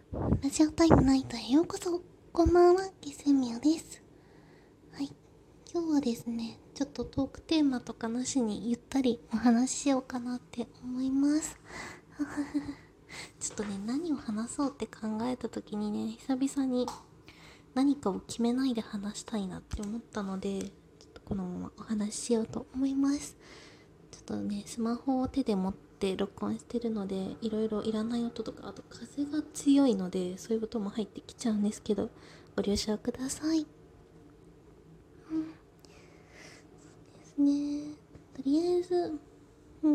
ラジオタイムナイトへようこそ。こんばんは、キスミヤです。はい、今日はですね、ちょっとトークテーマとかなしにゆったりお話ししようかなって思います。ちょっとね、何を話そうって考えた時にね、久々に何かを決めないで話したいなって思ったので、ちょっとこのままお話ししようと思います。ちょっとね、スマホを手で持って録音してるので、いろいろいらない音とか、あと風が強いので、そういう音も入ってきちゃうんですけど、ご了承ください。ですね。とりあえず、うん、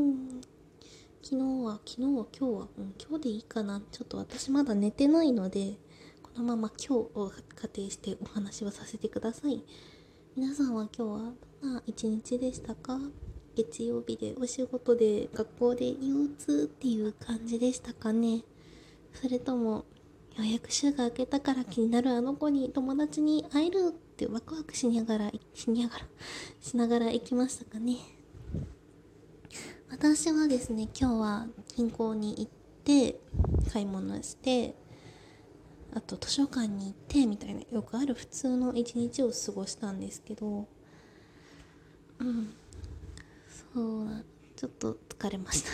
今日でいいかな。ちょっと私まだ寝てないので、このまま今日を仮定してお話をさせてください。皆さんは今日はどんな一日でしたか？月曜日でお仕事で学校で憂鬱っていう感じでしたかね？それとも、ようやく週が明けたから気になるあの子に友達に会えるってワクワクしながら行きましたかね？私はですね、今日は銀行に行って買い物して、あと図書館に行ってみたいな、よくある普通の一日を過ごしたんですけど、そうだ、ちょっと疲れました。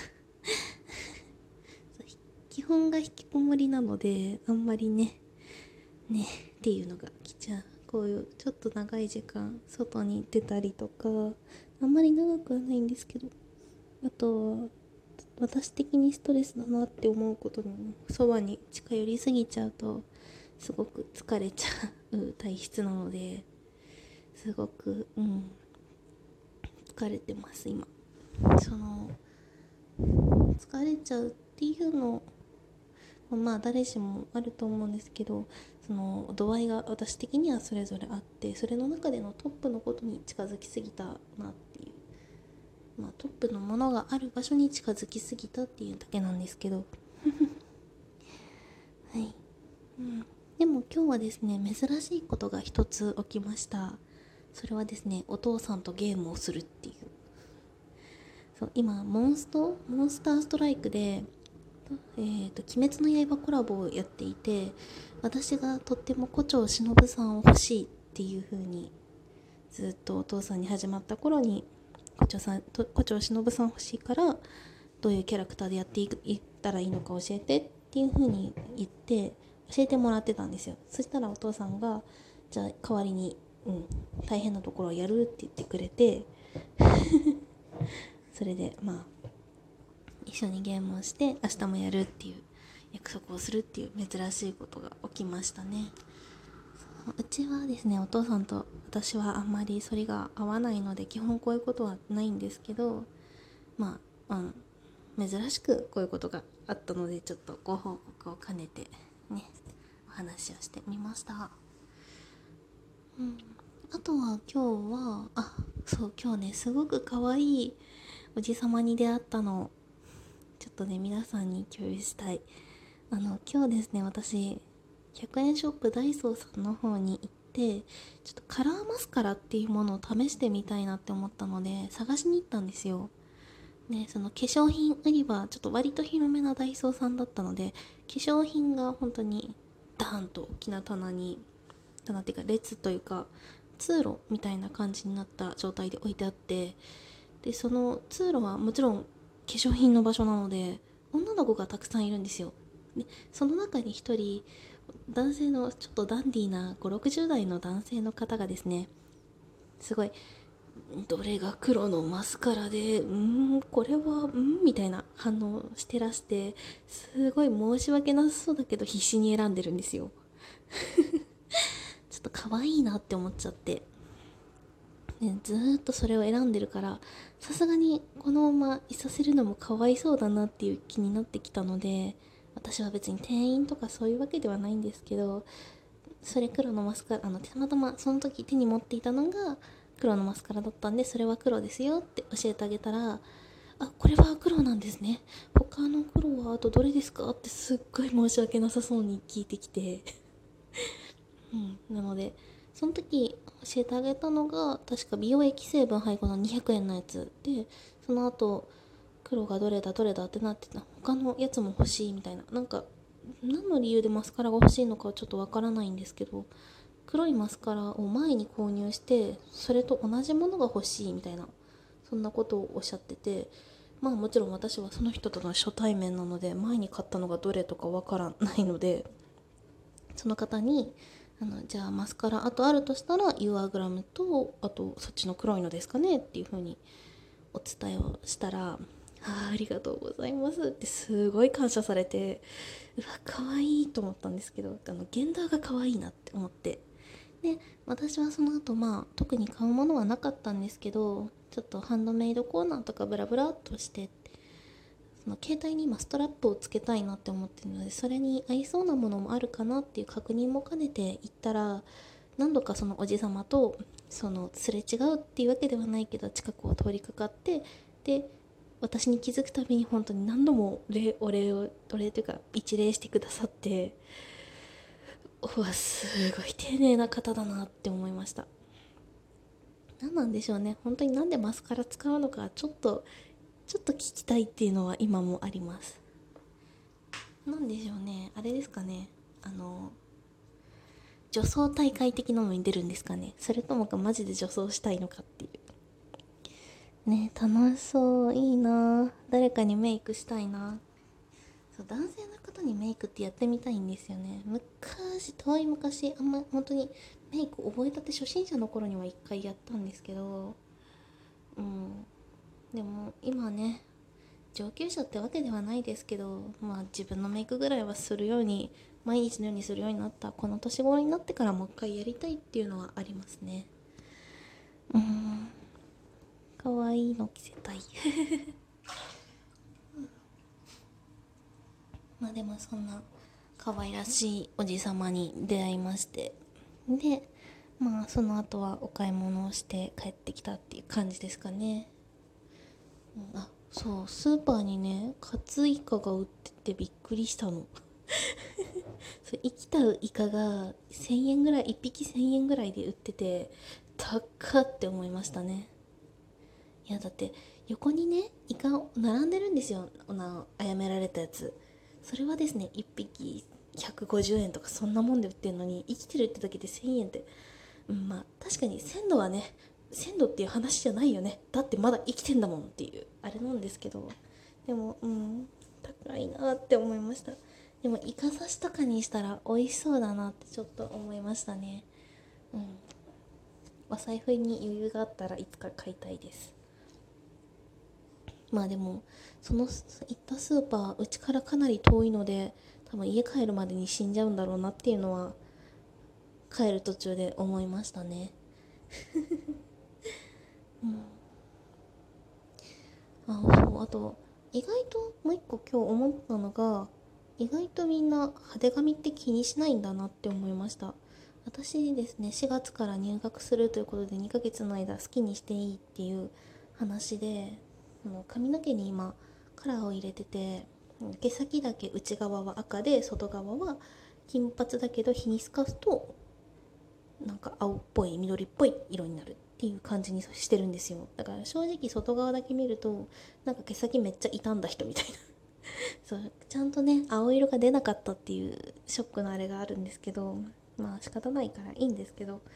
基本が引きこもりなので、あんまりねっていうのが来ちゃう。こういうちょっと長い時間外に出たりとか、あんまり長くはないんですけど、あとは私的にストレスだなって思うことに、そばに近寄りすぎちゃうとすごく疲れちゃう体質なので、すごく疲れてます今。その疲れちゃうっていうの、まあ誰しもあると思うんですけど、その度合いが私的にはそれぞれあって、それの中でのトップのことに近づきすぎたなっていう、まあトップのものがある場所に近づきすぎたっていうだけなんですけど、はい、でも今日はですね、珍しいことが一つ起きました。それはですね、お父さんとゲームをするっていう。そう今モンスターストライクで鬼滅の刃コラボをやっていて、私がとっても胡蝶忍さんを欲しいっていう風にずっとお父さんに始まった頃に、胡蝶忍さん欲しいからどういうキャラクターでやっていったらいいのか教えてっていう風に言って教えてもらってたんですよ。そしたらお父さんが、じゃあ代わりに、大変なところをやるって言ってくれて、それでまあ一緒にゲームをして明日もやるっていう約束をするっていう珍しいことが起きましたね。うちはですね、お父さんと私はあんまり反りが合わないので基本こういうことはないんですけど、まあ、珍しくこういうことがあったので、ちょっとご報告を兼ねてね、お話をしてみました。あとは今日は、そう今日ね、すごく可愛いおじさまに出会ったの。ちょっとね、皆さんに共有したい。今日ですね、私100円ショップダイソーさんの方に行って、ちょっとカラーマスカラっていうものを試してみたいなって思ったので探しに行ったんですよ。ね、その化粧品売り場、ちょっと割と広めなダイソーさんだったので、化粧品が本当にダーンと大きな棚っていうか列というか通路みたいな感じになった状態で置いてあって、でその通路はもちろん化粧品の場所なので女の子がたくさんいるんですよ。でその中に一人男性のちょっとダンディーな5、60代の男性の方がですね、すごい、どれが黒のマスカラで、これはみたいな反応してらして、すごい申し訳なさそうだけど必死に選んでるんですよ。ちょっと可愛いなって思っちゃって、ね、ずーっとそれを選んでるから、さすがにこのままいさせるのもかわいそうだなっていう気になってきたので、私は別に店員とかそういうわけではないんですけど、それ黒のマスカラ、たまたまその時手に持っていたのが黒のマスカラだったんで、それは黒ですよって教えてあげたら、これは黒なんですね、他の黒はあとどれですかってすっごい申し訳なさそうに聞いてきて、なのでその時教えてあげたのが確か美容液成分配合の200円のやつで、その後黒がどれだってなってた、他のやつも欲しいみたいな、なんか何の理由でマスカラが欲しいのかはちょっとわからないんですけど、黒いマスカラを前に購入してそれと同じものが欲しいみたいな、そんなことをおっしゃってて、まあもちろん私はその人との初対面なので前に買ったのがどれとかわからないので、その方にじゃあマスカラあとあるとしたらユアグラムと、あとそっちの黒いのですかねっていう風にお伝えをしたら、ありがとうございますってすごい感謝されて、うわ可愛いと思ったんですけど、ゲンダーが可愛いなって思って、で私はその後特に買うものはなかったんですけど、ちょっとハンドメイドコーナーとかブラブラっとして、その携帯に今ストラップをつけたいなって思ってるので、それに合いそうなものもあるかなっていう確認も兼ねて行ったら、何度かそのおじさまとすれ違うっていうわけではないけど近くを通りかかって、で私に気づくたびに本当に何度もお礼というか一礼してくださって、うわすごい丁寧な方だなって思いました。何なんでしょうね、本当になんでマスカラ使うのかちょっと聞きたいっていうのは今もあります。なんでしょうね、あれですかね、女装大会的なのに出るんですかね、それともマジで女装したいのかっていうね。楽しそう、いいな、誰かにメイクしたいな。そう、男性の方にメイクってやってみたいんですよね。遠い昔、あんま本当にメイク覚えたて初心者の頃には一回やったんですけど、うん、でも今ね、上級者ってわけではないですけど、まあ自分のメイクぐらいはするように、毎日のようにするようになったこの年頃になってからもう一回やりたいっていうのはありますね。うん、可愛いの着せたい。まあでもそんな可愛らしいおじさまに出会いまして、でまあその後はお買い物をして帰ってきたっていう感じですかね。そう、スーパーにねカツイカが売っててびっくりしたの。そう生きたイカが1000円ぐらい、1匹1000円ぐらいで売ってて、高って思いましたね。いやだって横にねイカ並んでるんですよ、殺められたやつ。それはですね1匹150円とかそんなもんで売ってるのに、生きてるってだけで1000円って、まあ確かに鮮度はね、鮮度っていう話じゃないよね、だってまだ生きてんだもんっていうあれなんですけど、でも高いなって思いました。でもイカ刺しとかにしたら美味しそうだなってちょっと思いましたね。うん、お財布に余裕があったらいつか買いたいです。まあでもその行ったスーパーうちからかなり遠いので、多分家帰るまでに死んじゃうんだろうなっていうのは帰る途中で思いましたね。そう、あと意外ともう一個今日思ったのが、意外とみんな派手髪って気にしないんだなって思いました。私ですね、4月から入学するということで2ヶ月の間好きにしていいっていう話で、髪の毛に今カラーを入れてて、毛先だけ内側は赤で外側は金髪だけど日に透かすとなんか青っぽい緑っぽい色になるっていう感じにしてるんですよ。だから正直外側だけ見るとなんか毛先めっちゃ傷んだ人みたいな。そうちゃんとね青色が出なかったっていうショックのあれがあるんですけど、まあ仕方ないからいいんですけど、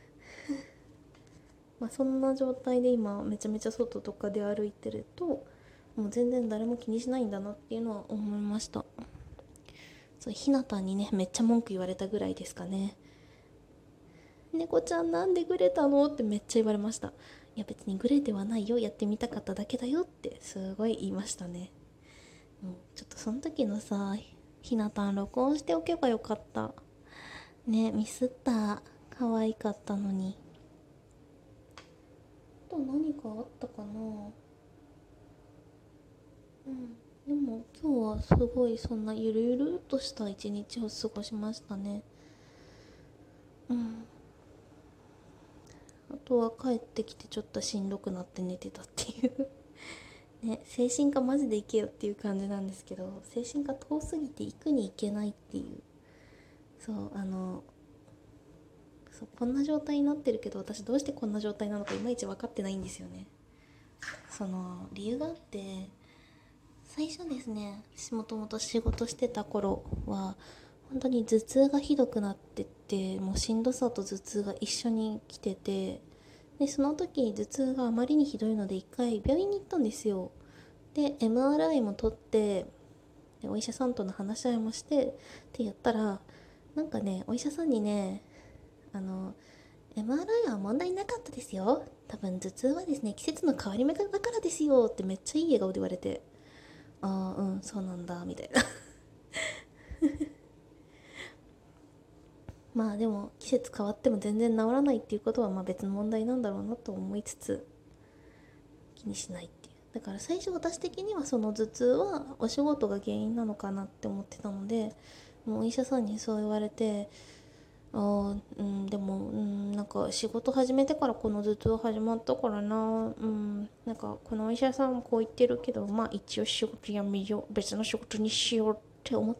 まあそんな状態で今めちゃめちゃ外とかで歩いてると、もう全然誰も気にしないんだなっていうのは思いました。そう、ひなたにねめっちゃ文句言われたぐらいですかね。猫ちゃんなんでグレたのってめっちゃ言われました。いや別にグレてはないよ、やってみたかっただけだよってすごい言いましたね。ちょっとその時のさ、ひなたん録音しておけばよかった。ね、ミスった。可愛かったのに。あと何かあったかな。でも今日はすごいそんなゆるゆるっとした一日を過ごしましたね。あとは帰ってきてちょっとしんどくなって寝てたっていうね、精神科マジで行けよっていう感じなんですけど、精神科遠すぎて行くに行けないっていう。そうそう、こんな状態になってるけど私どうしてこんな状態なのかいまいち分かってないんですよね。その理由があって、 最初ですね、もともと仕事してた頃は本当に頭痛がひどくなってって、もうしんどさと頭痛が一緒に来てて、でその時に頭痛があまりにひどいので一回病院に行ったんですよ。で MRI も取って、でお医者さんとの話し合いもしてってやったら、なんかね、お医者さんにね、あの MRI は問題なかったですよ、多分頭痛はですね季節の変わり目だからですよってめっちゃいい笑顔で言われて、ああうんそうなんだみたいな。まあでも季節変わっても全然治らないっていうことはまあ別の問題なんだろうなと思いつつ、気にしないっていう。だから最初私的にはその頭痛はお仕事が原因なのかなって思ってたので、もうお医者さんにそう言われて、でも、なんか仕事始めてからこの頭痛始まったからな、なんかこのお医者さんもこう言ってるけど、まあ一応仕事辞めよう、別の仕事にしようって思って、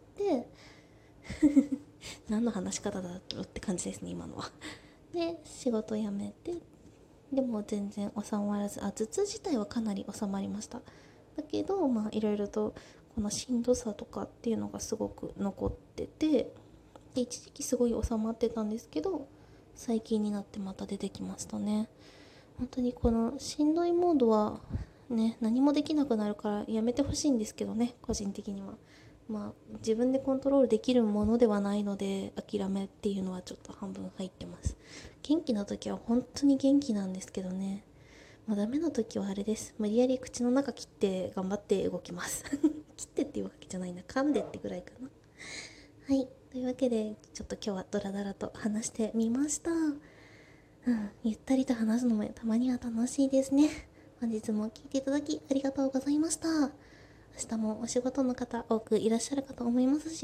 何の話し方だろうって感じですね、今のは。で、仕事辞めて、でも全然収まらず、頭痛自体はかなり収まりました。だけど、まあいろいろとこのしんどさとかっていうのがすごく残ってて、で一時期すごい収まってたんですけど、最近になってまた出てきましたね。本当にこのしんどいモードはね、何もできなくなるからやめてほしいんですけどね、個人的には。まあ自分でコントロールできるものではないので、諦めっていうのはちょっと半分入ってます。元気な時は本当に元気なんですけどね、もうダメな時はあれです、無理やり口の中切って頑張って動きます切ってっていうわけじゃないな、噛んでってぐらいかな。はい、というわけでちょっと今日はドラダラと話してみました。ゆったりと話すのもたまには楽しいですね。本日も聞いていただきありがとうございました。明日もお仕事の方多くいらっしゃるかと思いますし、